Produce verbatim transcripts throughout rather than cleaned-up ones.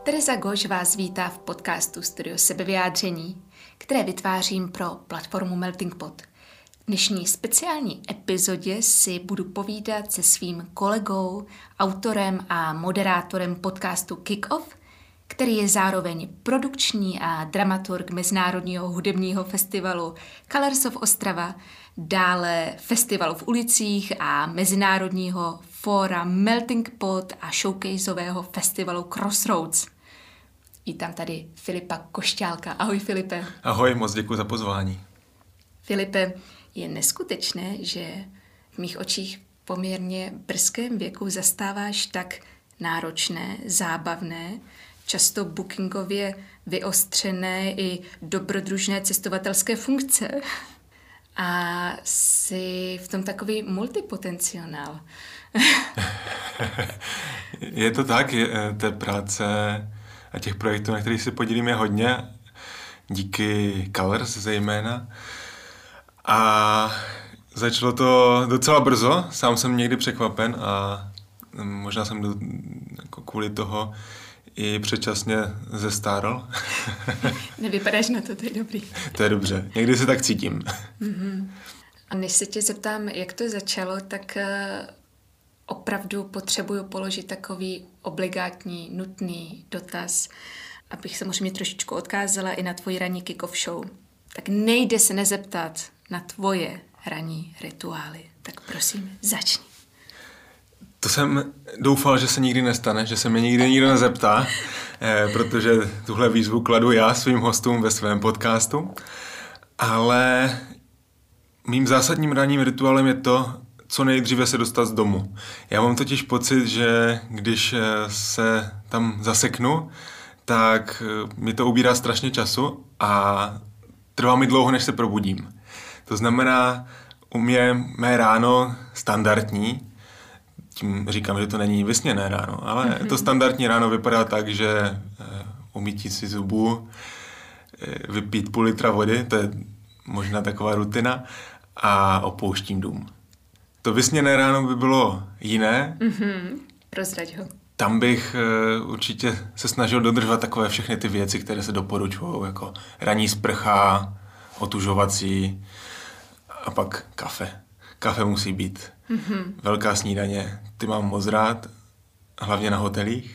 Tereza Goš vás vítá v podcastu Studio sebevyjádření, které vytvářím pro platformu Melting Pot. V dnešní speciální epizodě si budu povídat se svým kolegou, autorem a moderátorem podcastu Kick-Off, který je zároveň produkční a dramaturg Mezinárodního hudebního festivalu Colors of Ostrava, dále festivalu v ulicích a Mezinárodního fóra Melting Pot a showcaseového festivalu Crossroads. Vítám tady Filipa Košťálka. Ahoj, Filipe. Ahoj, moc děkuji za pozvání. Filipe, je neskutečné, že v mých očích poměrně brzkém věku zastáváš tak náročné, zábavné, často bookingově vyostřené i dobrodružné cestovatelské funkce. A jsi v tom takový multipotencionál. Je to tak, je, té práce a těch projektů, na kterých se podílím, je hodně, díky Colors zejména. A začalo to docela brzo, sám jsem někdy překvapen a možná jsem do, jako kvůli toho i předčasně zestárl. Nevypadáš na to, to je dobrý. To je dobře, někdy se tak cítím. Mm-hmm. A než se tě zeptám, jak to začalo, tak uh, opravdu potřebuju položit takový obligátní, nutný dotaz, abych samozřejmě trošičku odkázala i na tvoji ranní kick-off show. Tak nejde se nezeptat na tvoje ranní rituály. Tak prosím, začni. To jsem doufal, že se nikdy nestane, že se mě nikdy nikdo nezeptá, eh, protože tuhle výzvu kladu já svým hostům ve svém podcastu. Ale mým zásadním ranním rituálem je to, co nejdříve se dostat z domu. Já mám totiž pocit, že když se tam zaseknu, tak mi to ubírá strašně času a trvá mi dlouho, než se probudím. To znamená, u mě mé ráno standardní, tím říkám, že to není vysněné ráno, ale mm-hmm. to standardní ráno vypadá tak, že umytí si zubů, vypít půl litra vody, to je možná taková rutina, a opouštím dům. To vysněné ráno by bylo jiné. Mm-hmm. Prozrať ho. Tam bych uh, určitě se snažil dodržovat takové všechny ty věci, které se doporučují, jako ranní sprcha, otužovací a pak kafe. Kafe musí být. Mm-hmm. Velká snídaně. Ty mám moc rád, hlavně na hotelích.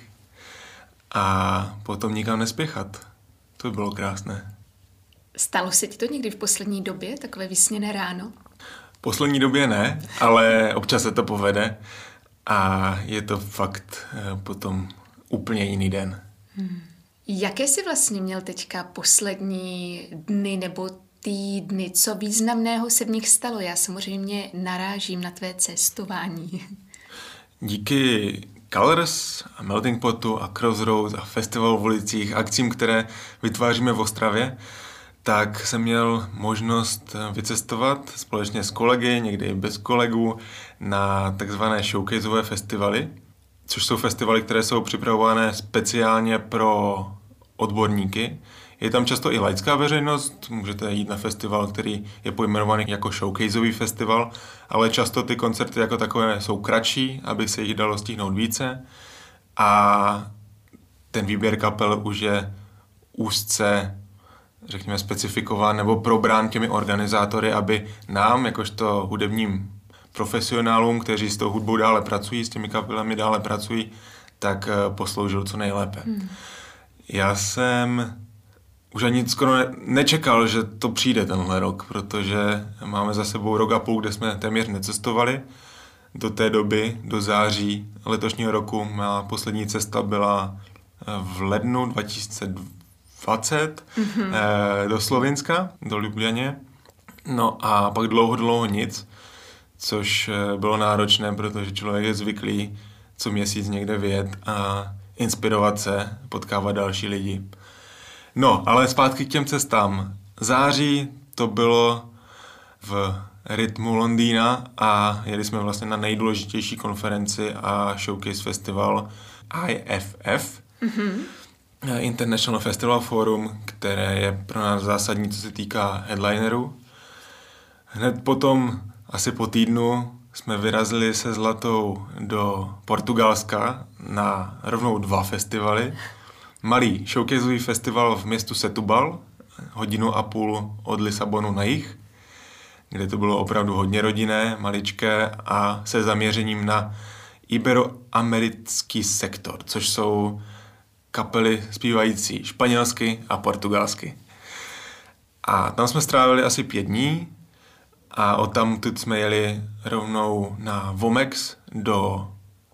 A potom nikam nespěchat. To by bylo krásné. Stalo se ti to někdy v poslední době, takové vysněné ráno? V poslední době ne, ale občas se to povede a je to fakt potom úplně jiný den. Hmm. Jaké jsi vlastně měl teďka poslední dny nebo týdny? Co významného se v nich stalo? Já samozřejmě narážím na tvé cestování. Díky Colors a Melting Potu a Crossroads a festivalu v ulicích, akcím, které vytváříme v Ostravě, tak jsem měl možnost vycestovat společně s kolegy, někdy i bez kolegů, na takzvané showcaseové festivaly, což jsou festivaly, které jsou připravované speciálně pro odborníky. Je tam často i laická veřejnost, můžete jít na festival, který je pojmenovaný jako showcaseový festival, ale často ty koncerty jako takové jsou kratší, aby se jich dalo stihnout více a ten výběr kapel už je úzce, řekněme, specifikován nebo probrán těmi organizátory, aby nám, jakožto hudebním profesionálům, kteří s tou hudbou dále pracují, s těmi kapelami dále pracují, tak posloužil co nejlépe. Hmm. Já jsem už ani skoro nečekal, že to přijde tenhle rok, protože máme za sebou rok a půl, kde jsme téměř necestovali. Do té doby, do září letošního roku, má poslední cesta byla v lednu dva tisíce dvacet mm-hmm. eh, do Slovinska, do Ljubljaně. No a pak dlouho, dlouho nic, což eh, bylo náročné, protože člověk je zvyklý co měsíc někde vyjet a inspirovat se, potkávat další lidi. No, ale zpátky k těm cestám. Září to bylo v rytmu Londýna a jeli jsme vlastně na nejdůležitější konferenci a showcase festival I F F, mm-hmm. International Festival Forum, které je pro nás zásadní, co se týká headlinerů. Hned potom, asi po týdnu, jsme vyrazili se Zlatou do Portugalska na rovnou dva festivaly. malý showcaseový festival v městu Setúbal, hodinu a půl od Lisabonu na jih, kde to bylo opravdu hodně rodinné, maličké a se zaměřením na iberoamerický sektor, což jsou kapely zpívající španělsky a portugalsky. A tam jsme strávili asi pět dní a odtamtud jsme jeli rovnou na Vomex do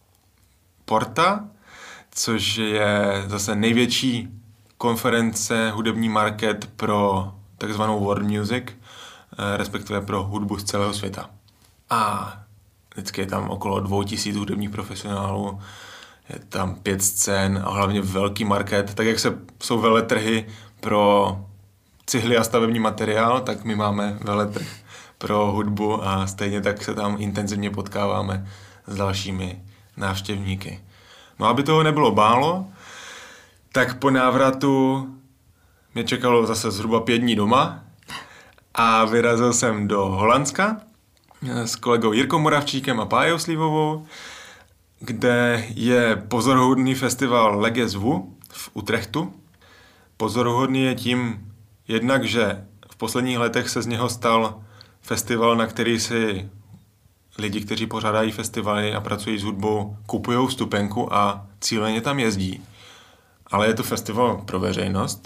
Porta, což je zase největší konference, hudební market pro takzvanou world music, respektive pro hudbu z celého světa. A vždycky je tam okolo dvou tisíc hudebních profesionálů, je tam pět scén a hlavně velký market. Tak jak se, jsou veletrhy pro cihly a stavební materiál, tak my máme veletrh pro hudbu a stejně tak se tam intenzivně potkáváme s dalšími návštěvníky. No aby toho nebylo málo, tak po návratu mě čekalo zase zhruba pět dní doma a vyrazil jsem do Holandska s kolegou Jirkou Moravčíkem a Pájou Slívovou, kde je pozoruhodný festival Legesvu v Utrechtu. Pozoruhodný je tím jednak, že v posledních letech se z něho stal festival, na který si lidi, kteří pořádají festivaly a pracují s hudbou, kupují vstupenku a cíleně tam jezdí. Ale je to festival pro veřejnost.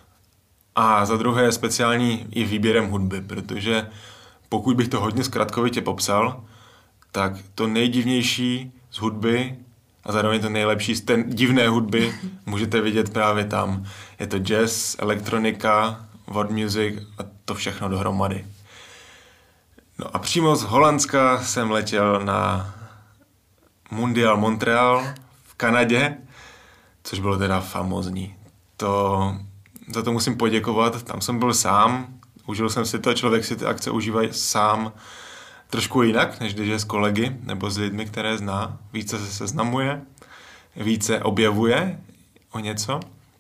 A za druhé je speciální i výběrem hudby, protože pokud bych to hodně zkratkovitě popsal, tak to nejdivnější z hudby a zároveň to nejlepší z té divné hudby můžete vidět právě tam. Je to jazz, elektronika, world music a to všechno dohromady. No a přímo z Holandska jsem letěl na Mundial Montreal v Kanadě, což bylo teda famózní. To, za to musím poděkovat, tam jsem byl sám, užil jsem si to, člověk si ty akce užívá sám trošku jinak, než když je s kolegy nebo s lidmi, které zná. Více se seznamuje, více objevuje o něco.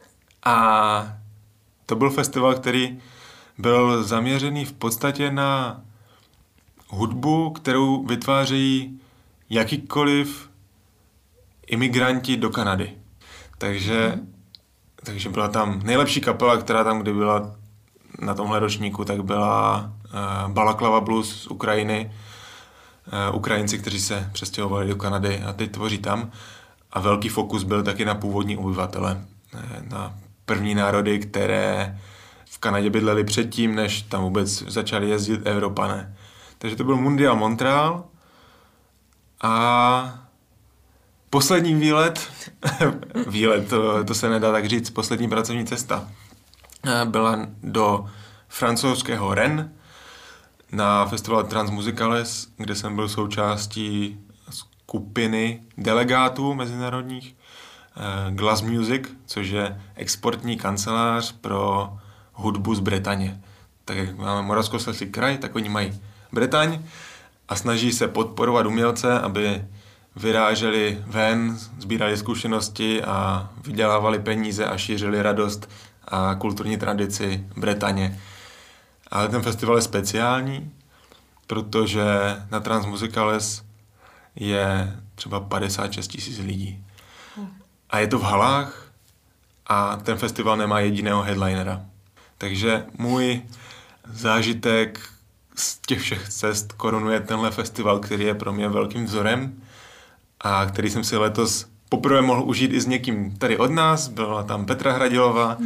A to byl festival, který byl zaměřený v podstatě na hudbu, kterou vytvářejí jakýkoliv imigranti do Kanady. Takže, mm. takže byla tam nejlepší kapela, která tam kdy byla na tomhle ročníku, tak byla uh, Balaklava Blues z Ukrajiny. Uh, Ukrajinci, kteří se přestěhovali do Kanady a teď tvoří tam. A velký fokus byl taky na původní obyvatele. Na první národy, které v Kanadě bydleli předtím, než tam vůbec začali jezdit Evropané. Takže to byl Mundial Montreal a poslední výlet, výlet, to, to se nedá tak říct, poslední pracovní cesta byla do francouzského Rennes na festival Transmusicales, kde jsem byl součástí skupiny delegátů mezinárodních Glass Music, což je exportní kancelář pro hudbu z Bretaně. Tak jak máme Moravskoslezský kraj, tak oni mají Bretaň a snaží se podporovat umělce, aby vyráželi ven, sbírali zkušenosti a vydělávali peníze a šířili radost a kulturní tradici Bretaně. Ale ten festival je speciální, protože na Transmusicales je třeba padesát šest tisíc lidí. A je to v halách a ten festival nemá jediného headlinera. Takže můj zážitek z těch všech cest korunuje tenhle festival, který je pro mě velkým vzorem a který jsem si letos poprvé mohl užít i s někým tady od nás. Byla tam Petra Hradilová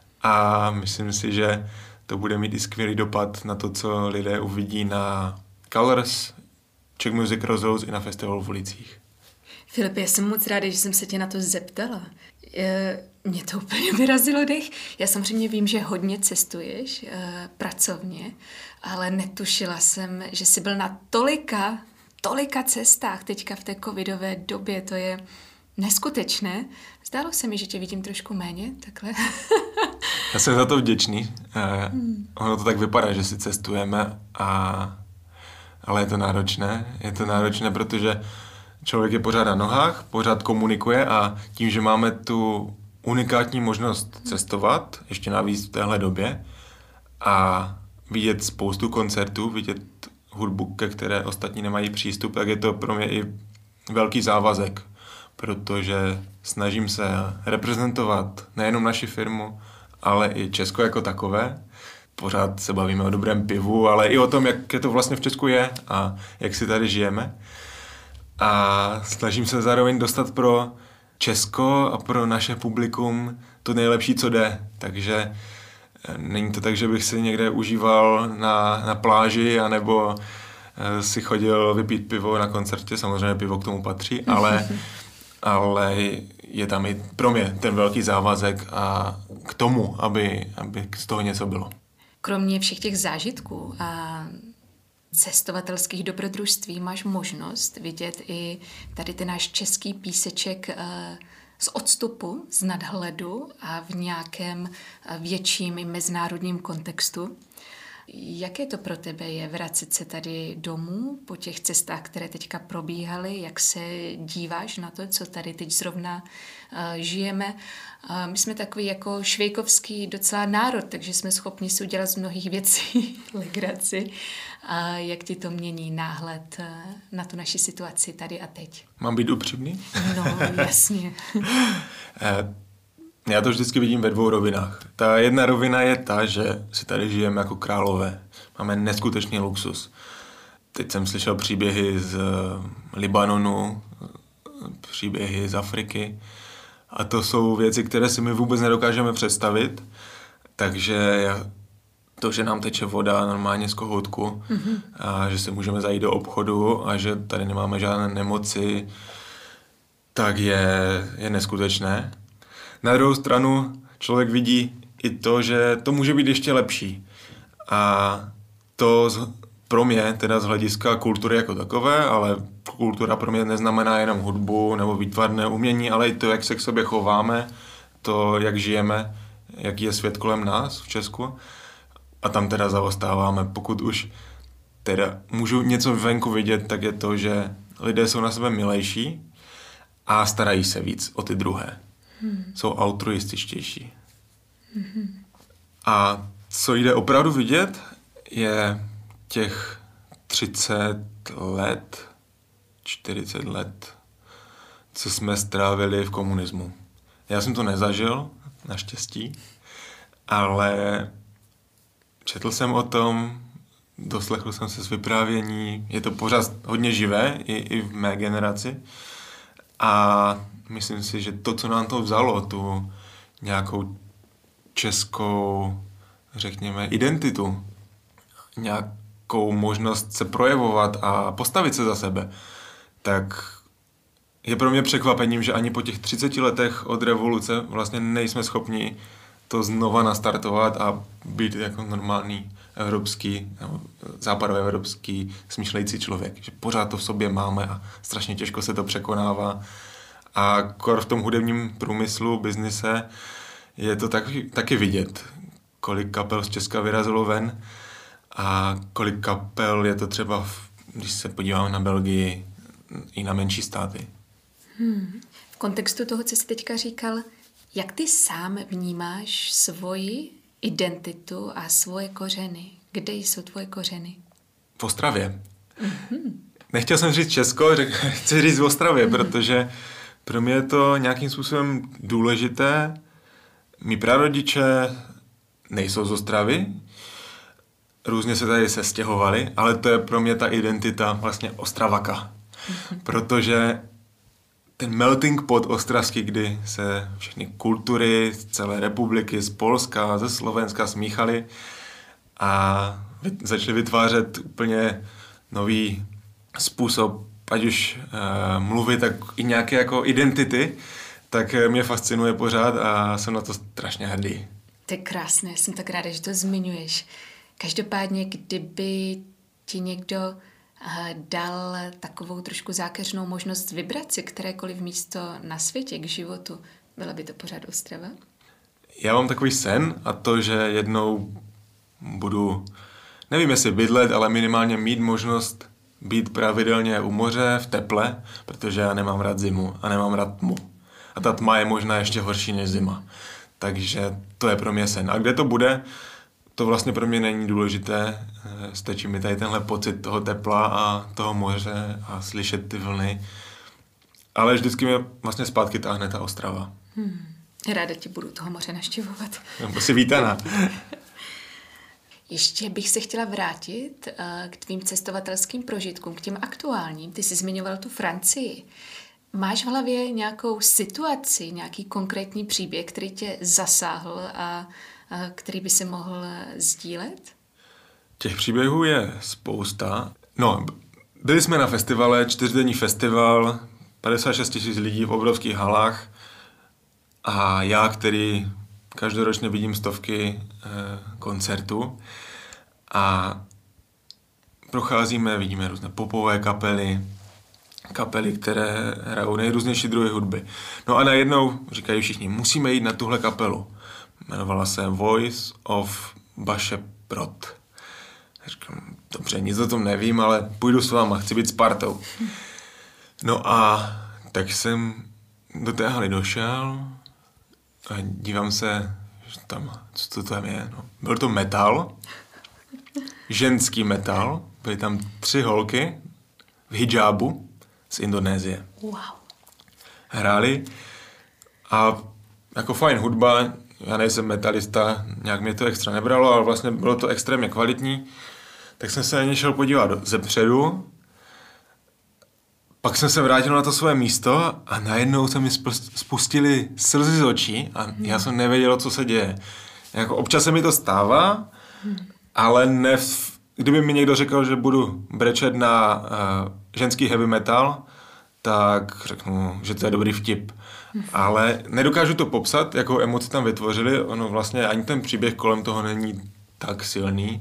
a myslím si, že to bude mít i skvělý dopad na to, co lidé uvidí na Colors, Czech Music Crossroads i na festivalu v ulicích. Filip, já jsem moc ráda, že jsem se tě na to zeptala. Je, mě to úplně vyrazilo dech. Já samozřejmě vím, že hodně cestuješ e, pracovně, ale netušila jsem, že jsi byl na tolika, tolika cestách teďka v té covidové době. To je neskutečné. Zdálo se mi, že tě vidím trošku méně, takhle. Já jsem za to vděčný. E, hmm. Ono to tak vypadá, že si cestujeme, a, ale je to náročné. Je to náročné, protože člověk je pořád na nohách, pořád komunikuje a tím, že máme tu unikátní možnost cestovat, ještě navíc v téhle době, a vidět spoustu koncertů, vidět hudbu, ke které ostatní nemají přístup, tak je to pro mě i velký závazek protože snažím se reprezentovat nejenom naši firmu, ale i Česko jako takové. Pořád se bavíme o dobrém pivu, ale i o tom, jak je to vlastně v Česku je a jak si tady žijeme. A snažím se zároveň dostat pro Česko a pro naše publikum to nejlepší, co jde. Takže není to tak, že bych si někde užíval na, na pláži anebo si chodil vypít pivo na koncertě. Samozřejmě pivo k tomu patří, ale, ale je tam i pro mě ten velký závazek a k tomu, aby, aby z toho něco bylo. Kromě všech těch zážitků a cestovatelských dobrodružství máš možnost vidět i tady ten náš český píseček z odstupu, z nadhledu a v nějakém větším i mezinárodním kontextu. Jaké to pro tebe je vracet se tady domů po těch cestách, které teďka probíhaly? Jak se díváš na to, co tady teď zrovna uh, žijeme? Uh, my jsme takový jako švejkovský docela národ, takže jsme schopni si udělat z mnohých věcí legraci. Uh, jak ti to mění náhled uh, na tu naši situaci tady a teď? Mám být upřímný? No, jasně. Já to vždycky vidím ve dvou rovinách. Ta jedna rovina je ta, že si tady žijeme jako králové. Máme neskutečný luxus. Teď jsem slyšel příběhy z Libanonu, příběhy z Afriky. A to jsou věci, které si my vůbec nedokážeme představit. Takže to, že nám teče voda normálně z kohoutku mm-hmm. a že se můžeme zajít do obchodu a že tady nemáme žádné nemoci, tak je, je neskutečné. Na druhou stranu člověk vidí i to, že to může být ještě lepší. A to z, pro mě, teda z hlediska kultury jako takové, ale kultura pro mě neznamená jenom hudbu nebo výtvarné umění, ale i to, jak se k sobě chováme, to, jak žijeme, jaký je svět kolem nás v Česku. A tam teda zaostáváme. Pokud už teda můžu něco venku vidět, tak je to, že lidé jsou na sebe milejší a starají se víc o ty druhé. Hmm. Jsou altruističtější. Hmm. A co jde opravdu vidět, je těch třicet let, čtyřicet let, co jsme strávili v komunismu. Já jsem to nezažil, naštěstí, ale četl jsem o tom, doslechl jsem se z vyprávění, je to pořád hodně živé, i, i v mé generaci. A myslím si, že to, co nám to vzalo, tu nějakou českou, řekněme, identitu, nějakou možnost se projevovat a postavit se za sebe, tak je pro mě překvapením, že ani po těch třiceti letech od revoluce vlastně nejsme schopni to znova nastartovat a být jako normální evropský, nebo západoevropský smýšlející člověk. Že pořád to v sobě máme a strašně těžko se to překonává. A kor v tom hudebním průmyslu, biznise, je to taky, taky vidět, kolik kapel z Česka vyrazilo ven a kolik kapel je to třeba, v, když se podíváme na Belgii, i na menší státy. Hmm. V kontextu toho, co jsi teďka říkal, jak ty sám vnímáš svoji identitu a svoje kořeny? Kde jsou tvoje kořeny? V Ostravě. Mm-hmm. Nechtěl jsem říct Česko, řek, chci říct v Ostravě, mm-hmm. protože pro mě je to nějakým způsobem důležité. Mí prarodiče nejsou z Ostravy, různě se tady sestěhovali, ale to je pro mě ta identita vlastně Ostravaka. Mm-hmm. Protože ten melting pot ostravský, kdy se všechny kultury z celé republiky, z Polska, ze Slovenska smíchaly a začali vytvářet úplně nový způsob, ať už uh, mluvit, tak i nějaké jako identity, tak mě fascinuje pořád a jsem na to strašně hrdý. To je krásné, jsem tak ráda, že to zmiňuješ. Každopádně, kdyby ti někdo dal takovou trošku zákeřnou možnost vybrat si kterékoliv místo na světě k životu, byla by to pořád Ostrava? Já mám takový sen a to, že jednou budu, nevím jestli bydlet, ale minimálně mít možnost být pravidelně u moře v teple, protože já nemám rád zimu a nemám rád tmu. A ta tma je možná ještě horší než zima. Takže to je pro mě sen. A kde to bude, to vlastně pro mě není důležité. Stačí mi tady tenhle pocit toho tepla a toho moře a slyšet ty vlny. ale vždycky mě vlastně zpátky táhne ta Ostrava. Hmm. Ráda ti budu toho moře navštěvovat. Nebo si vítaná. Ještě bych se chtěla vrátit uh, k tvým cestovatelským prožitkům, k těm aktuálním. Ty jsi zmiňoval tu Francii. Máš v hlavě nějakou situaci, nějaký konkrétní příběh, který tě zasáhl a, a který by si mohl sdílet? Těch příběhů je spousta. No, byli jsme na festivale, čtyřdenní festival, padesát šest tisíc lidí v obrovských halách a já, který každoročně vidím stovky eh, koncertů a procházíme, vidíme různé popové kapely, kapely, které hrajou nejrůznější druhy hudby. No a najednou říkají všichni, musíme jít na tuhle kapelu. Jmenovala se Voice of Vaše Prot. Říkám, dobře, nic o tom nevím, ale půjdu s váma, chci být s partou. No a tak jsem do té haly došel a dívám se, že tam, co to tam je. No, byl to metal, ženský metal, byly tam tři holky v hijábu z Indonésie. Wow. Hráli a jako fajn hudba, já nejsem metalista, nějak mě to extra nebralo, ale vlastně bylo to extrémně kvalitní, tak jsem se na ně šel podívat zepředu, pak jsem se vrátil na to své místo a najednou se mi spustily slzy z očí a já jsem nevěděl, co se děje. Jako občas se mi to stává, ale ne, kdyby mi někdo řekl, že budu brečet na uh, ženský heavy metal, tak řeknu, že to je dobrý vtip. Ale nedokážu to popsat, jakou emoci tam vytvořili. Ono vlastně ani ten příběh kolem toho není tak silný.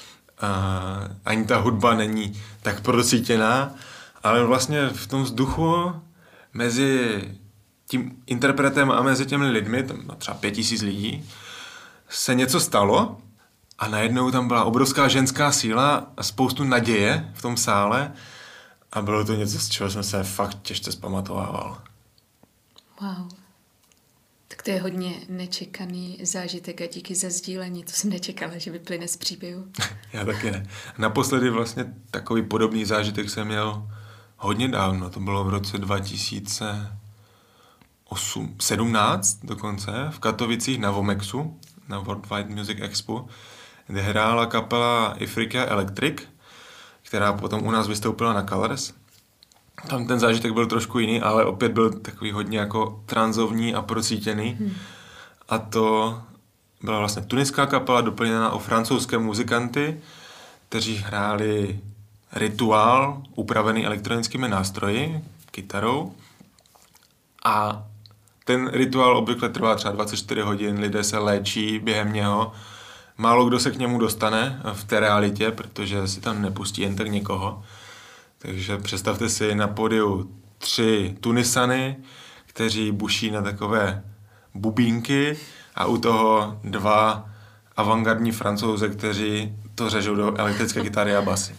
Uh, ani ta hudba není tak procítěná. Ale vlastně v tom vzduchu mezi tím interpretem a mezi těmi lidmi, tam třeba pět tisíc lidí, se něco stalo a najednou tam byla obrovská ženská síla a spoustu naděje v tom sále a bylo to něco, z čeho jsem se fakt těžce zpamatovával. Wow. Tak to je hodně nečekaný zážitek a díky za sdílení. To jsem nečekala, že vyplyne z příběhu. Já taky ne. Naposledy vlastně takový podobný zážitek jsem měl hodně dávno. To bylo v roce dva tisíce sedmnáct dokonce v Katovicích na Vomexu, na World Wide Music Expo, kde hrála kapela Ifriqiya Electric, která potom u nás vystoupila na Colors. Tam ten zážitek byl trošku jiný, ale opět byl takový hodně jako transovní a procítěný. Hmm. A to byla vlastně tuniská kapela doplněná o francouzské muzikanty, kteří hráli rituál upravený elektronickými nástroji, kytarou. A ten rituál obvykle trvá třeba dvacet čtyři hodin, lidé se léčí během něho. Málo kdo se k němu dostane v té realitě, protože si tam nepustí jen tak někoho. Takže představte si na pódiu tři Tunisany, kteří buší na takové bubínky a u toho dva avantgardní Francouze, kteří to řežou do elektrické kytary a basy.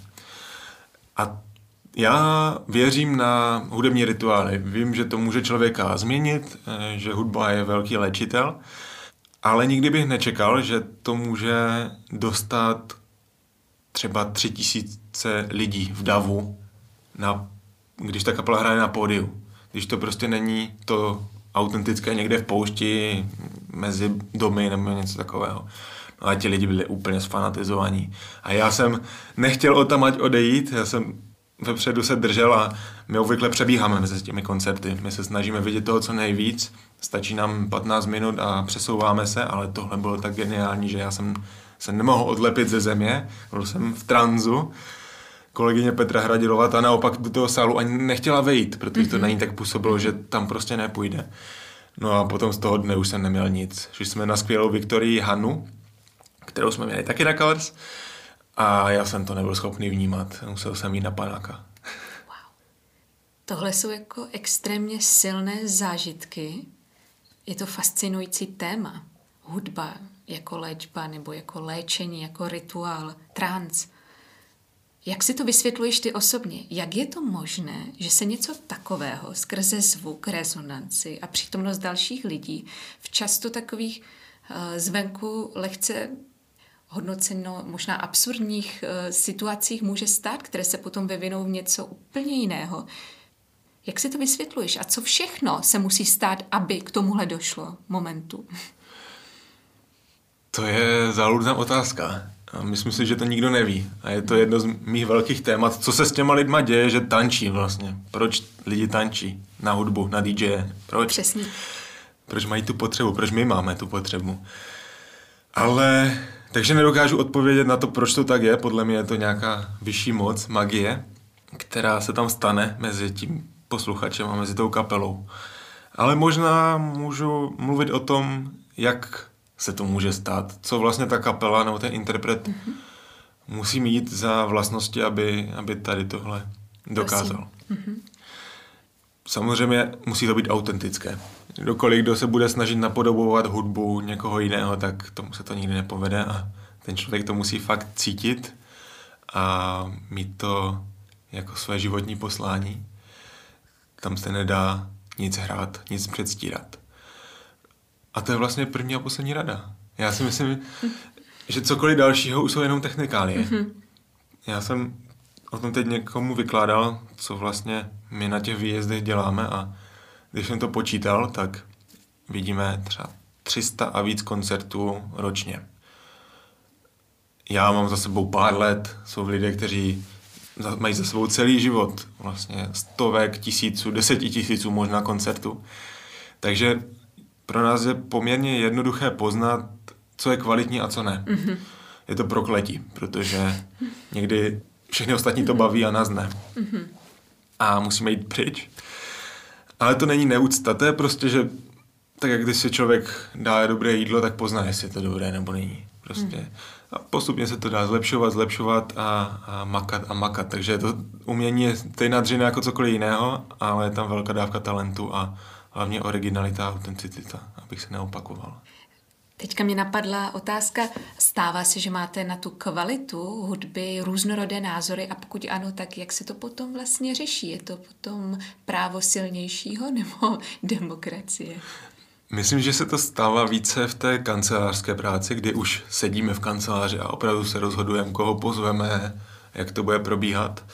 A já věřím na hudební rituály. Vím, že to může člověka změnit, že hudba je velký léčitel, ale nikdy bych nečekal, že to může dostat třeba tři tisíce lidí v davu, na, když ta kapela hraje na pódiu. Když to prostě není to autentické někde v poušti, mezi domy nebo něco takového. No a ti lidi byli úplně sfanatizovaní. A já jsem nechtěl odtamať odejít, já jsem vepředu se držel a my obvykle přebíháme mezi těmi koncerty. My se snažíme vidět toho co nejvíc, stačí nám patnáct minut a přesouváme se, ale tohle bylo tak geniální, že já jsem se nemohl odlepit ze země, byl jsem v tranzu. Kolegyně Petra Hradilová, ta naopak do toho sálu ani nechtěla vejít, protože to na ní tak působilo, že tam prostě nepůjde. No a potom z toho dne už jsem neměl nic. Šli jsme na skvělou Viktorii Hanu, kterou jsme měli taky na Colors, a já jsem to nebyl schopný vnímat. Musel jsem jít na panáka. Wow. Tohle jsou jako extrémně silné zážitky. Je to fascinující téma. Hudba jako léčba nebo jako léčení, jako rituál, trans. Jak si to vysvětluješ ty osobně? Jak je to možné, že se něco takového skrze zvuk, rezonanci a přítomnost dalších lidí v často takových uh, zvenku lehce hodnoceno možná absurdních uh, situacích může stát, které se potom vyvinou v něco úplně jiného? Jak si to vysvětluješ a co všechno se musí stát, aby k tomuhle došlo momentu? To je záludná otázka. A myslím si, že to nikdo neví. A je to jedno z mých velkých témat. Co se s těma lidma děje, že tančí vlastně. Proč lidi tančí na hudbu, na dý džeje? Proč? Přesně. Proč mají tu potřebu? Proč my máme tu potřebu? Ale, takže nedokážu odpovědět na to, proč to tak je. Podle mě je to nějaká vyšší moc, magie, která se tam stane mezi tím posluchačem a mezi tou kapelou. Ale možná můžu mluvit o tom, jak se to může stát. Co vlastně ta kapela nebo ten interpret mm-hmm. musí mít za vlastnosti, aby, aby tady tohle dokázal. Mm-hmm. Samozřejmě musí to být autentické. Kdokoliv, kdo se bude snažit napodobovat hudbu někoho jiného, tak tomu se to nikdy nepovede a ten člověk to musí fakt cítit a mít to jako své životní poslání. Tam se nedá nic hrát, nic předstírat. A to je vlastně první a poslední rada. Já si myslím, že cokoliv dalšího už jsou jenom technikálie. Mm-hmm. Já jsem o tom teď někomu vykládal, co vlastně my na těch výjezdech děláme a když jsem to počítal, tak vidíme třeba tři sta a víc koncertů ročně. Já mám za sebou pár let, jsou lidé, kteří mají za sebou celý život, vlastně stovek, tisíců, deseti tisíců možná koncertů. Takže pro nás je poměrně jednoduché poznat, co je kvalitní a co ne. Mm-hmm. Je to prokletí, protože někdy všechny ostatní to baví a nás ne. Mm-hmm. A musíme jít pryč. Ale to není neúcta, to je prostě, že tak jak když si člověk dá dobré jídlo, tak pozná, jestli je to dobré nebo není. Prostě. Mm. A postupně se to dá zlepšovat, zlepšovat a, a makat a makat. Takže to umění je stejná dřina jako cokoliv jiného, ale je tam velká dávka talentu a hlavně originalita a autenticita, abych se neopakoval. Teďka mě napadla otázka, stává se, že máte na tu kvalitu hudby různorodé názory a pokud ano, tak jak se to potom vlastně řeší? Je to potom právo silnějšího nebo demokracie? Myslím, že se to stává více v té kancelářské práci, kdy už sedíme v kanceláři a opravdu se rozhodujeme, koho pozveme, jak to bude probíhat.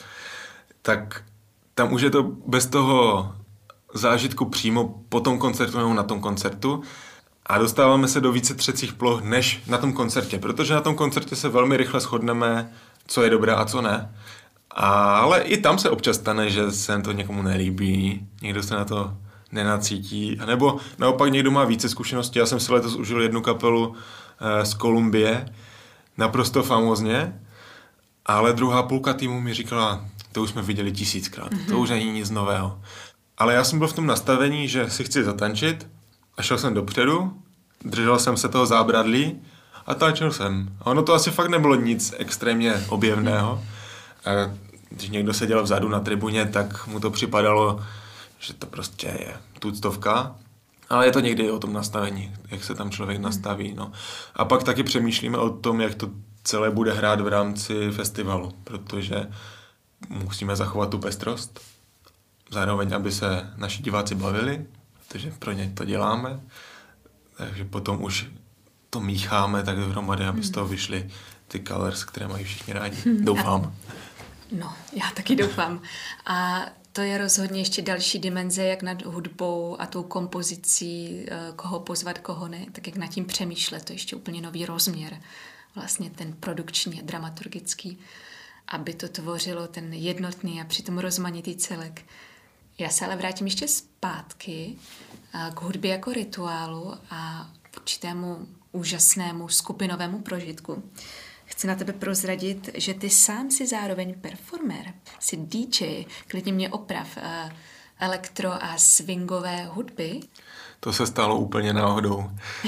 Tak tam už je to bez toho zážitku přímo po tom koncertu nebo na tom koncertu a dostáváme se do více třecích ploch než na tom koncertě, protože na tom koncertě se velmi rychle shodneme, co je dobré a co ne. Ale i tam se občas stane, že se to někomu nelíbí, někdo se na to nenacítí, nebo naopak někdo má více zkušeností. Já jsem si letos užil jednu kapelu eh, z Kolumbie, naprosto famózně, ale druhá půlka týmu mi říkala, to už jsme viděli tisíckrát, mm-hmm. to už není nic nového. Ale já jsem byl v tom nastavení, že si chci zatančit a šel jsem dopředu, držel jsem se toho zábradlí a tančil jsem. A ono to asi fakt nebylo nic extrémně objevného. A když někdo seděl vzadu na tribuně, tak mu to připadalo, že to prostě je tuctovka. Ale je to někdy o tom nastavení, jak se tam člověk nastaví. No. A pak taky přemýšlíme o tom, jak to celé bude hrát v rámci festivalu, protože musíme zachovat tu pestrost. Zároveň, aby se naši diváci bavili, protože pro ně to děláme. Takže potom už to mícháme tak dohromady, aby z toho vyšly ty colors, které mají všichni rádi. Doufám. No, já taky doufám. A to je rozhodně ještě další dimenze, jak nad hudbou a tou kompozicí, koho pozvat, koho ne, tak jak nad tím přemýšlet, to je ještě úplně nový rozměr, vlastně ten produkční a dramaturgický, aby to tvořilo ten jednotný a přitom rozmanitý celek. Já se ale vrátím ještě zpátky k hudbě jako rituálu a určitému úžasnému skupinovému prožitku. Chci na tebe prozradit, že ty sám si zároveň performer, jsi dý džej, klidně mě oprav, elektro a swingové hudby. To se stalo úplně náhodou.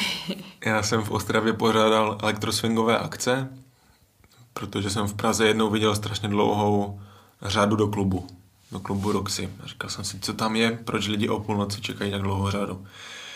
Já jsem v Ostravě pořádal elektroswingové akce, protože jsem v Praze jednou viděl strašně dlouhou řadu do klubu, do klubu Roxy. A říkal jsem si, co tam je, proč lidi o půlnoci čekají tak dlouhou řadu.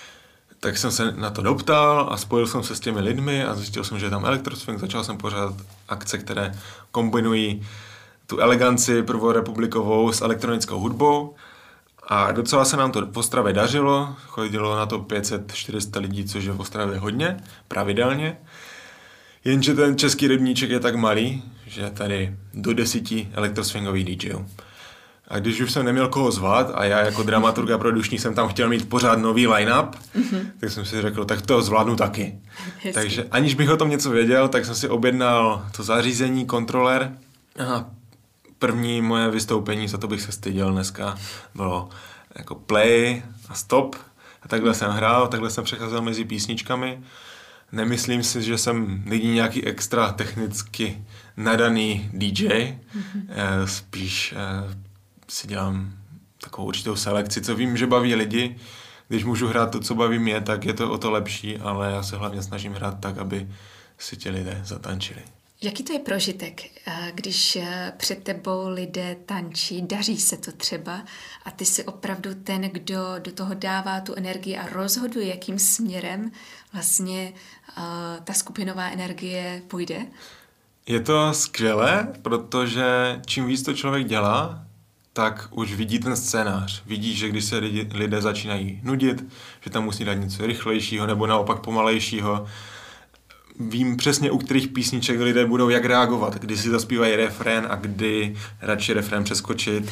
Tak jsem se na to doptal a spojil jsem se s těmi lidmi a zjistil jsem, že je tam elektroswing. Začal jsem pořádat akce, které kombinují tu eleganci prvorepublikovou s elektronickou hudbou. A docela se nám to v Ostravě dařilo. Chodilo na to pět set čtyři sta lidí, což je v Ostravě hodně, pravidelně. Jenže ten český rybníček je tak malý, že tady do deseti elektroswingových dý džejů. A když už jsem neměl koho zvat a já jako dramaturg a produční jsem tam chtěl mít pořád nový line-up, mm-hmm. tak jsem si řekl, tak to zvládnu taky. Hezky. Takže aniž bych o tom něco věděl, tak jsem si objednal to zařízení, kontroler. A první moje vystoupení, za to bych se styděl dneska, bylo jako play a stop. A takhle jsem hrál, takhle jsem přecházel mezi písničkami. Nemyslím si, že jsem nyní nějaký extra technicky nadaný dý džej. Mm-hmm. Spíš si dělám takovou určitou selekci, co vím, že baví lidi. Když můžu hrát to, co baví mě, tak je to o to lepší, ale já se hlavně snažím hrát tak, aby si ti lidé zatančili. Jaký to je prožitek, když před tebou lidé tančí, daří se to třeba a ty jsi opravdu ten, kdo do toho dává tu energii a rozhoduje, jakým směrem vlastně uh, ta skupinová energie půjde? Je to skvělé, protože čím víc to člověk dělá, tak už vidí ten scénář. Vidí, že když se lidi, lidé začínají nudit, že tam musí dát něco rychlejšího nebo naopak pomalejšího. Vím přesně, u kterých písniček lidé budou jak reagovat, kdy si zaspívají refrén a kdy radši refrén přeskočit.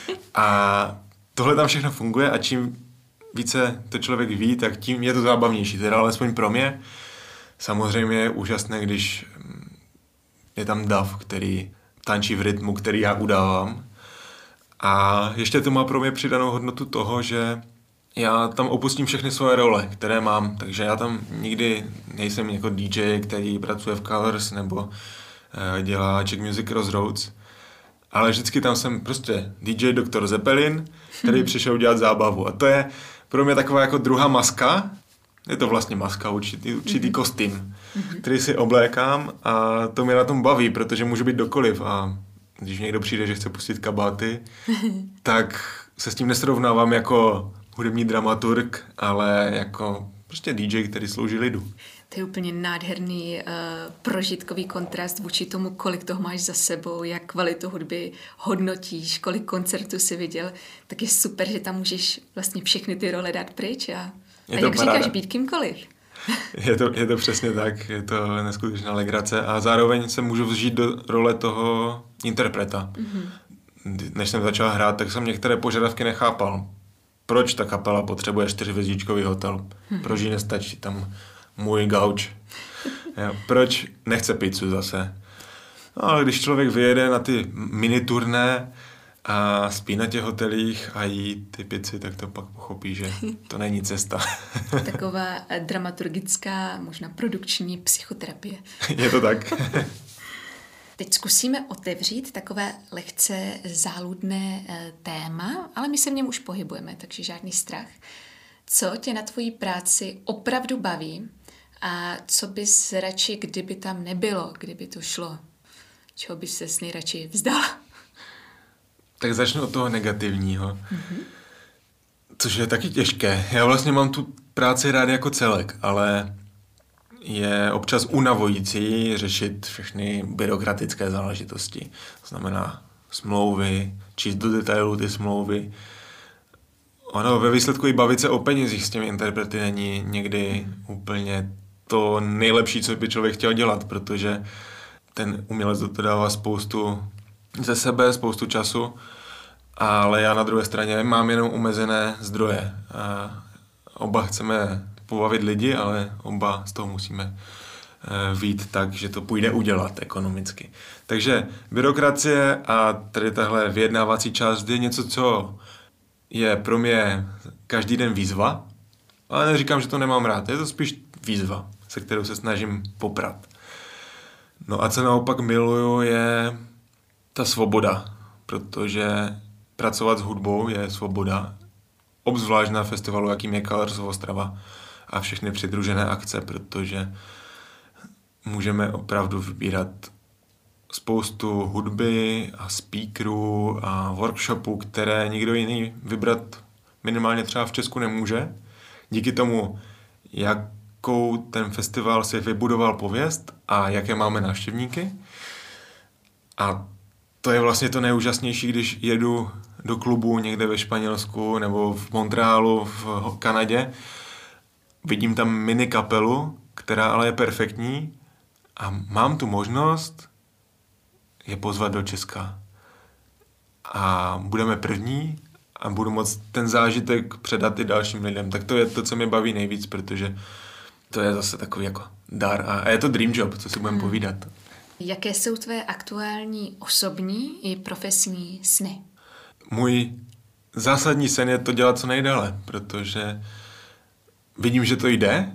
A tohle tam všechno funguje a čím více to člověk ví, tak tím je to zábavnější. Teda alespoň pro mě. Samozřejmě je úžasné, když je tam dav, který tančí v rytmu, který já udávám. A ještě to má pro mě přidanou hodnotu toho, že já tam opustím všechny svoje role, které mám, takže já tam nikdy nejsem jako dý džej, který pracuje v Colors nebo uh, dělá Czech Music Crossroads, ale vždycky tam jsem prostě dý džej doktor Zeppelin, který přišel dělat zábavu a to je pro mě taková jako druhá maska, je to vlastně maska, určitý, určitý mm-hmm. kostým, mm-hmm. který si oblékám a to mě na tom baví, protože můžu být dokoliv a když někdo přijde, že chce pustit kabáty, tak se s tím nesrovnávám jako hudební dramaturg, ale jako prostě dý džej, který slouží lidu. To je úplně nádherný uh, prožitkový kontrast vůči tomu, kolik toho máš za sebou, jak kvalitu hudby hodnotíš, kolik koncertů jsi viděl, tak je super, že tam můžeš vlastně všechny ty role dát pryč a, a jak paráda. Říkáš, být kýmkoliv. Je to, je to přesně tak, je to neskutečná legrace a zároveň se můžu vžít do role toho interpreta. Mm-hmm. Než jsem začal hrát, tak jsem některé požadavky nechápal. Proč ta kapela potřebuje čtyřhvězdičkový hotel? Mm-hmm. Proč jí nestačí tam můj gauč? Jo, proč nechce pizzu zase? No, ale když člověk vyjede na ty miniturné a spí na těch hotelích a jí ty pici, tak to pak pochopí, že to není cesta. Taková dramaturgická, možná produkční psychoterapie. Je to tak. Teď zkusíme otevřít takové lehce záludné téma, ale my se v něm už pohybujeme, takže žádný strach. Co tě na tvojí práci opravdu baví a co bys radši, kdyby tam nebylo, kdyby to šlo? Čeho bys ses nejradši vzdala? Tak začnu od toho negativního, mm-hmm. což je taky těžké. Já vlastně mám tu práci rád jako celek, ale je občas unavojící řešit všechny byrokratické záležitosti. To znamená smlouvy, číst do detailu ty smlouvy. Ono ve výsledku i bavit se o penězích s těmi interprety není někdy úplně to nejlepší, co by člověk chtěl dělat, protože ten umělec do toho dává spoustu ze sebe, spoustu času, ale já na druhé straně mám jenom omezené zdroje. A oba chceme pobavit lidi, ale oba z toho musíme vyjít tak, že to půjde udělat ekonomicky. Takže byrokracie a tady tahle vyjednávací část je něco, co je pro mě každý den výzva, ale neříkám, že to nemám rád. Je to spíš výzva, se kterou se snažím poprat. No a co naopak miluju, je ta svoboda, protože pracovat s hudbou je svoboda, obzvlášť na festivalu, jakým je Colors Ostrava a všechny přidružené akce, protože můžeme opravdu vybírat spoustu hudby a speakerů a workshopů, které nikdo jiný vybrat minimálně třeba v Česku nemůže. Díky tomu, jakou ten festival si vybudoval pověst a jaké máme návštěvníky. A to je vlastně to nejúžasnější, když jedu do klubu někde ve Španělsku nebo v Montrealu, v Kanadě. Vidím tam mini kapelu, která ale je perfektní a mám tu možnost je pozvat do Česka. a budeme první a budu moct ten zážitek předat i dalším lidem. Tak to je to, co mě baví nejvíc, protože to je zase takový jako dar a je to dream job, co si budeme hmm. povídat. Jaké jsou tvé aktuální osobní i profesní sny? Můj zásadní sen je to dělat co nejdále, protože vidím, že to jde,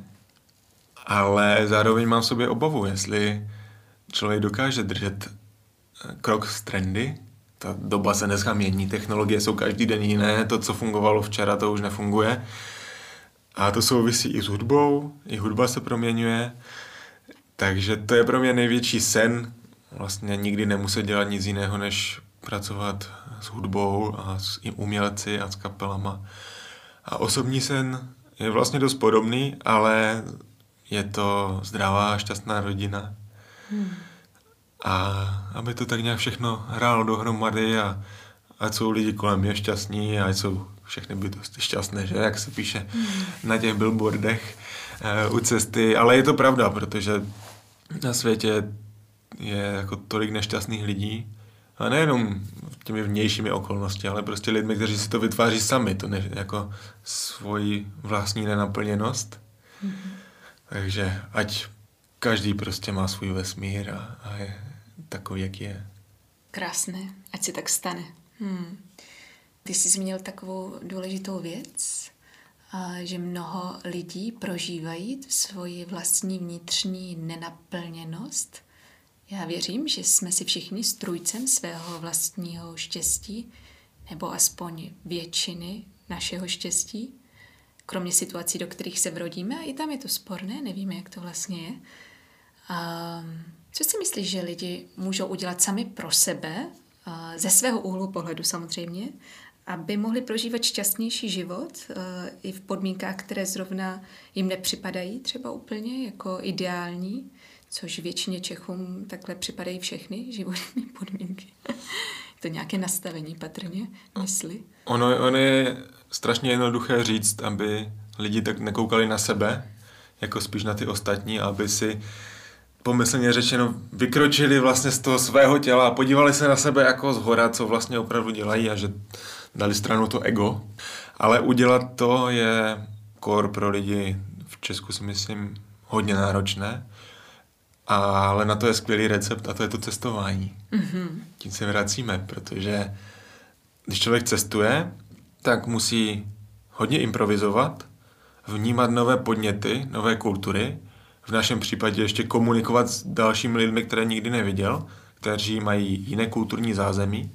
ale zároveň mám v sobě obavu, jestli člověk dokáže držet krok s trendy. Ta doba se dneska mění, technologie jsou každý den jiné, to, co fungovalo včera, to už nefunguje. A to souvisí i s hudbou, i hudba se proměňuje, takže to je pro mě největší sen, vlastně nikdy nemuset dělat nic jiného, než pracovat s hudbou a s umělci a s kapelama. A osobní sen je vlastně dost podobný, ale je to zdravá a šťastná rodina. Hmm. A aby to tak nějak všechno hrálo dohromady a ať jsou lidi kolem mě šťastní a ať jsou všechny bytosti šťastné, že? Jak se píše hmm. na těch billboardech uh, u cesty. Ale je to pravda, protože na světě je jako tolik nešťastných lidí. A nejenom těmi vnějšími okolnosti, ale prostě lidmi, kteří si to vytváří sami, to ne, jako svoji vlastní nenaplněnost. Hmm. Takže ať každý prostě má svůj vesmír a, a je takový, jak je. Krásné, ať se tak stane. Hmm. Ty jsi zmínil takovou důležitou věc, že mnoho lidí prožívají svoji vlastní vnitřní nenaplněnost. Já věřím, že jsme si všichni strůjcem svého vlastního štěstí, nebo aspoň většiny našeho štěstí, kromě situací, do kterých se vrodíme, a i tam je to sporné, nevíme, jak to vlastně je. A co si myslíš, že lidi můžou udělat sami pro sebe, ze svého úhlu pohledu samozřejmě, aby mohli prožívat šťastnější život i v podmínkách, které zrovna jim nepřipadají třeba úplně jako ideální, což většině Čechům takhle připadají všechny životní podmínky. To nějaké nastavení patrně, mysli. Ono, ono je strašně jednoduché říct, aby lidi tak nekoukali na sebe, jako spíš na ty ostatní, aby si pomyslně řečeno vykročili vlastně z toho svého těla a podívali se na sebe jako zhora, co vlastně opravdu dělají a že dali stranu to ego. Ale udělat to je core pro lidi v Česku, si myslím, hodně náročné. Ale na to je skvělý recept a to je to cestování. Mm-hmm. Tím se vracíme, protože když člověk cestuje, tak musí hodně improvizovat, vnímat nové podněty, nové kultury, v našem případě ještě komunikovat s dalšími lidmi, které nikdy neviděl, kteří mají jiné kulturní zázemí.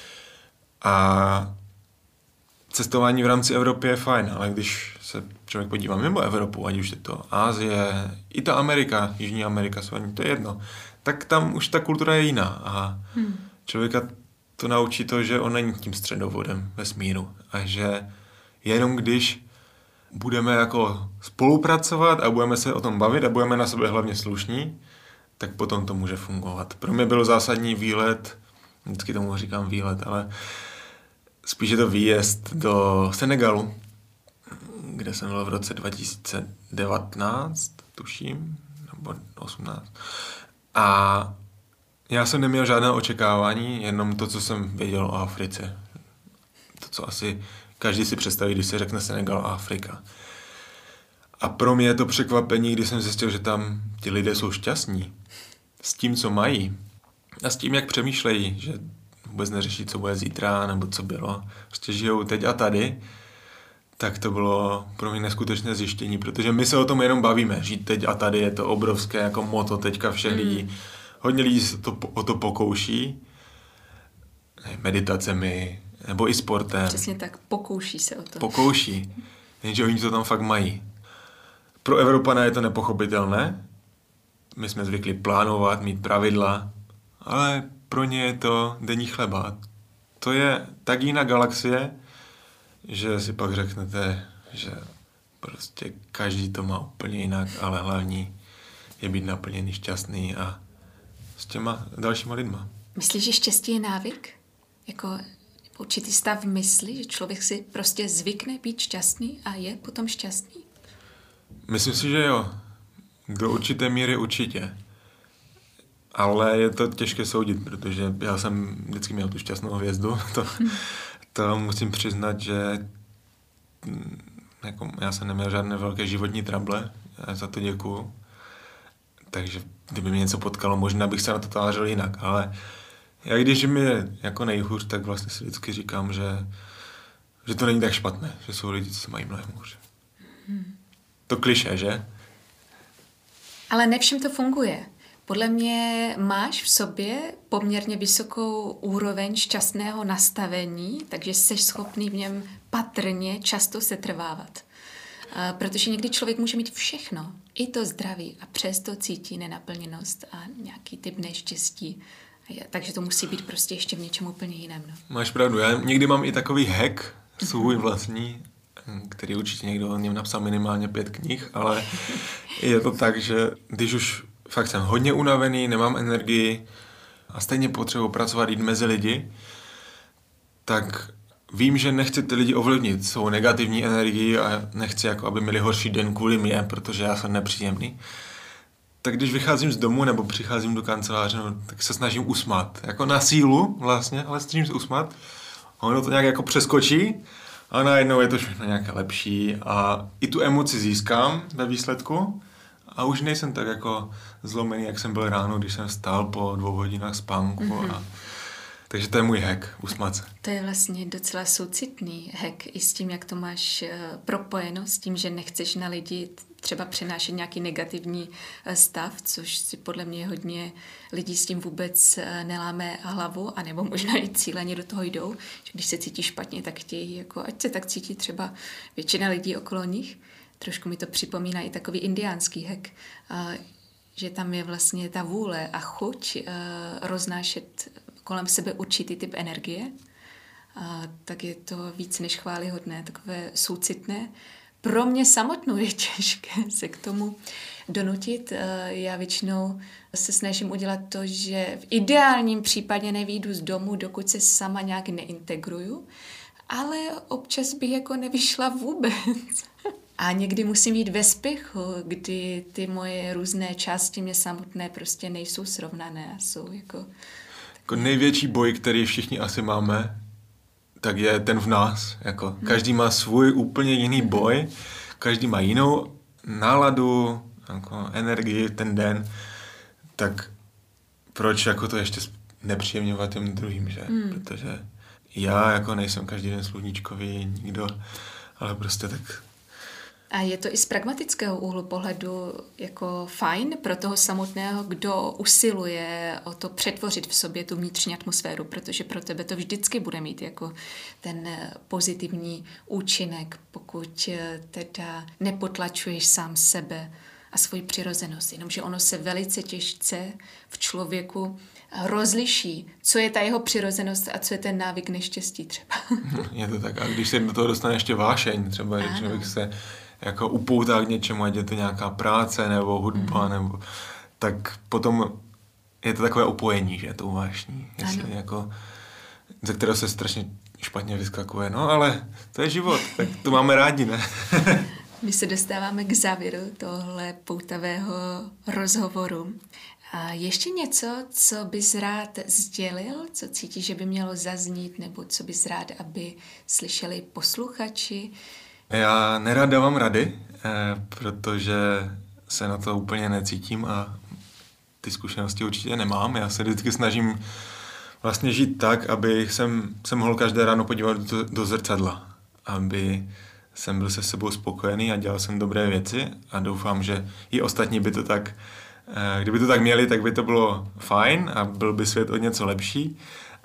A cestování v rámci Evropy je fajn, ale když se člověk podívá mimo Evropu, ať už je to Asie, i ta Amerika, Jižní Amerika, to je jedno, tak tam už ta kultura je jiná a hmm. člověka to naučí to, že on není tím středovodem vesmíru a že jenom když budeme jako spolupracovat a budeme se o tom bavit a budeme na sebe hlavně slušní, tak potom to může fungovat. Pro mě byl zásadní výlet, vždycky tomu říkám výlet, ale spíš je to výjezd do Senegalu, kde jsem byl v roce dva tisíce devatenáct, tuším, nebo osmnáct. A já jsem neměl žádné očekávání, jenom to, co jsem věděl o Africe. To, co asi každý si představí, když se řekne Senegal a Afrika. A pro mě je to překvapení, když jsem zjistil, že tam ti lidé jsou šťastní s tím, co mají a s tím, jak přemýšlejí, že vůbec neřeší, co bude zítra, nebo co bylo. Prostě žijou teď a tady. Tak to bylo pro mě neskutečné zjištění, protože my se o tom jenom bavíme. Žít teď a tady je to obrovské jako moto teďka všech mm. lidí. Hodně lidí se to, o to pokouší. Meditacemi, nebo i sportem. Přesně tak, pokouší se o to. Pokouší, jenže oni to tam fakt mají. Pro Evropana je to nepochopitelné. My jsme zvykli plánovat, mít pravidla, ale pro ně je to denní chleba. To je tak jiná galaxie, že si pak řeknete, že prostě každý to má úplně jinak, ale hlavní je být naplněný, šťastný a s těma dalšíma lidma. Myslíš, že štěstí je návyk? Jako určitý stav mysli, že člověk si prostě zvykne být šťastný a je potom šťastný? Myslím si, že jo. Do určité míry určitě. ale je to těžké soudit, protože já jsem vždycky měl tu šťastnou hvězdu. To, hmm. to musím přiznat, že jako, já jsem neměl žádné velké životní trable, já za to děkuju. Takže kdyby mě něco potkalo, možná bych se na to tvářil jinak, ale já když mi je jako nejhůř, tak vlastně si vždycky říkám, že, že to není tak špatné, že jsou lidi, co se mají mnohem hůř. Hmm. To klišé, že? Ale ne všem to funguje. Podle mě máš v sobě poměrně vysokou úroveň šťastného nastavení, takže jsi schopný v něm patrně často setrvávat. Protože někdy člověk může mít všechno, i to zdraví, a přesto cítí nenaplněnost a nějaký typ neštěstí. Takže to musí být prostě ještě v něčem úplně jiném. No. Máš pravdu, já někdy mám i takový hack svůj vlastní, který určitě někdo o něm napsal minimálně pět knih, ale je to tak, že když už fakt jsem hodně unavený, nemám energii a stejně potřebuji pracovat, jít mezi lidi, tak vím, že nechci ty lidi ovlivnit svou negativní energii a nechci, jako, aby měli horší den kvůli mě, protože já jsem nepříjemný. Tak když vycházím z domu nebo přicházím do kanceláře, no, tak se snažím usmát. Jako na sílu vlastně, ale snažím se usmát. A ono to nějak jako přeskočí a najednou je to všechno nějaké lepší a i tu emoci získám ve výsledku a už nejsem tak jako zlomený, jak jsem byl ráno, když jsem vstal po dvou hodinách spánku. Mm-hmm. A takže to je můj hack, usmát se. To je vlastně docela soucitný hack i s tím, jak to máš propojeno, s tím, že nechceš na lidi třeba přenášet nějaký negativní stav, což si podle mě hodně lidí s tím vůbec neláme hlavu, anebo možná i cíleně do toho jdou, že když se cítí špatně, tak chtějí, jako, ať se tak cítí třeba většina lidí okolo nich. Trošku mi to připomíná i takový indiánský hack, že tam je vlastně ta vůle a chuť roznášet kolem sebe určitý typ energie, a tak je to víc než chvályhodné, takové soucitné. Pro mě samotnou je těžké se k tomu donutit. Já většinou se snažím udělat to, že v ideálním případě nevyjdu z domu, dokud se sama nějak neintegruju, ale občas bych jako nevyšla vůbec. A někdy musím jít ve spěchu, kdy ty moje různé části mě samotné prostě nejsou srovnané a jsou jako... Jako největší boj, který všichni asi máme, tak je ten v nás. Jako hmm. Každý má svůj úplně jiný boj, každý má jinou náladu, jako energii ten den, tak proč jako to ještě nepříjemňovat těm druhým, že? Hmm. Protože já jako nejsem každý den sluníčkový nikdo, ale prostě tak... A je to i z pragmatického úhlu pohledu jako fajn pro toho samotného, kdo usiluje o to přetvořit v sobě tu vnitřní atmosféru, protože pro tebe to vždycky bude mít jako ten pozitivní účinek, pokud teda nepotlačuješ sám sebe a svoji přirozenost. Jenomže ono se velice těžce v člověku rozliší, co je ta jeho přirozenost a co je ten návyk neštěstí třeba. Je to tak. A když se do toho dostane ještě vášeň, třeba, že člověk se jako upoutá k něčemu, ať je to nějaká práce nebo hudba, mm. nebo tak potom je to takové opojení, že tou vášní, jestli jako, ze kterého se strašně špatně vyskakuje. No ale to je život, tak to máme rádi, ne? My se dostáváme k závěru tohle poutavého rozhovoru. A ještě něco, co bys rád sdělil, co cítíš, že by mělo zaznít, nebo co bys rád, aby slyšeli posluchači? Já nerad dávám rady, protože se na to úplně necítím a ty zkušenosti určitě nemám. Já se vždycky snažím vlastně žít tak, aby jsem se mohl každé ráno podívat do, do zrcadla, aby jsem byl se sebou spokojený a dělal jsem dobré věci a doufám, že i ostatní by to tak, kdyby to tak měli, tak by to bylo fajn a byl by svět o něco lepší.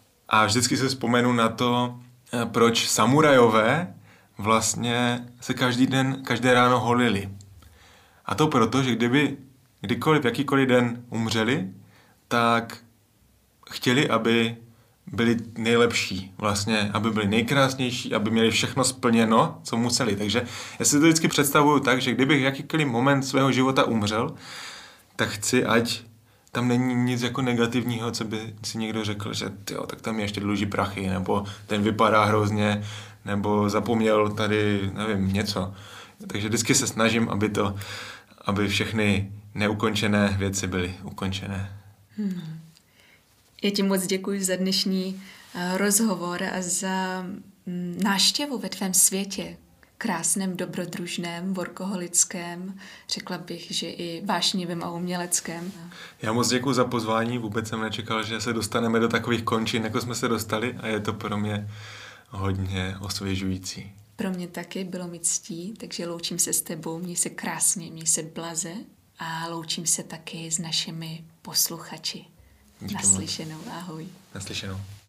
A vždycky se vzpomenu na to, proč samurajové vlastně se každý den, každé ráno holili. A to proto, že kdyby kdykoliv, jakýkoliv den umřeli, tak chtěli, aby byli nejlepší, vlastně, aby byli nejkrásnější, aby měli všechno splněno, co museli. Takže já si to vždycky představuju tak, že kdybych jakýkoliv moment svého života umřel, tak chci, ať tam není nic jako negativního, co by si někdo řekl, že tyjo, tak tam je ještě dluží prachy, nebo ten vypadá hrozně, nebo zapomněl tady, nevím, něco. Takže vždycky se snažím, aby to, aby všechny neukončené věci byly ukončené. Hmm. Já ti moc děkuji za dnešní rozhovor a za návštěvu ve tvém světě. Krásném, dobrodružném, workoholickém, řekla bych, že i vášnivém a uměleckém. Já moc děkuji za pozvání, vůbec jsem nečekal, že se dostaneme do takových končin, jako jsme se dostali a je to pro mě hodně osvěžující. Pro mě taky bylo mi ctí, takže loučím se s tebou, měj se krásně, měj se blaze a loučím se taky s našimi posluchači. Díky Naslyšenou, ahoj. Naslyšenou.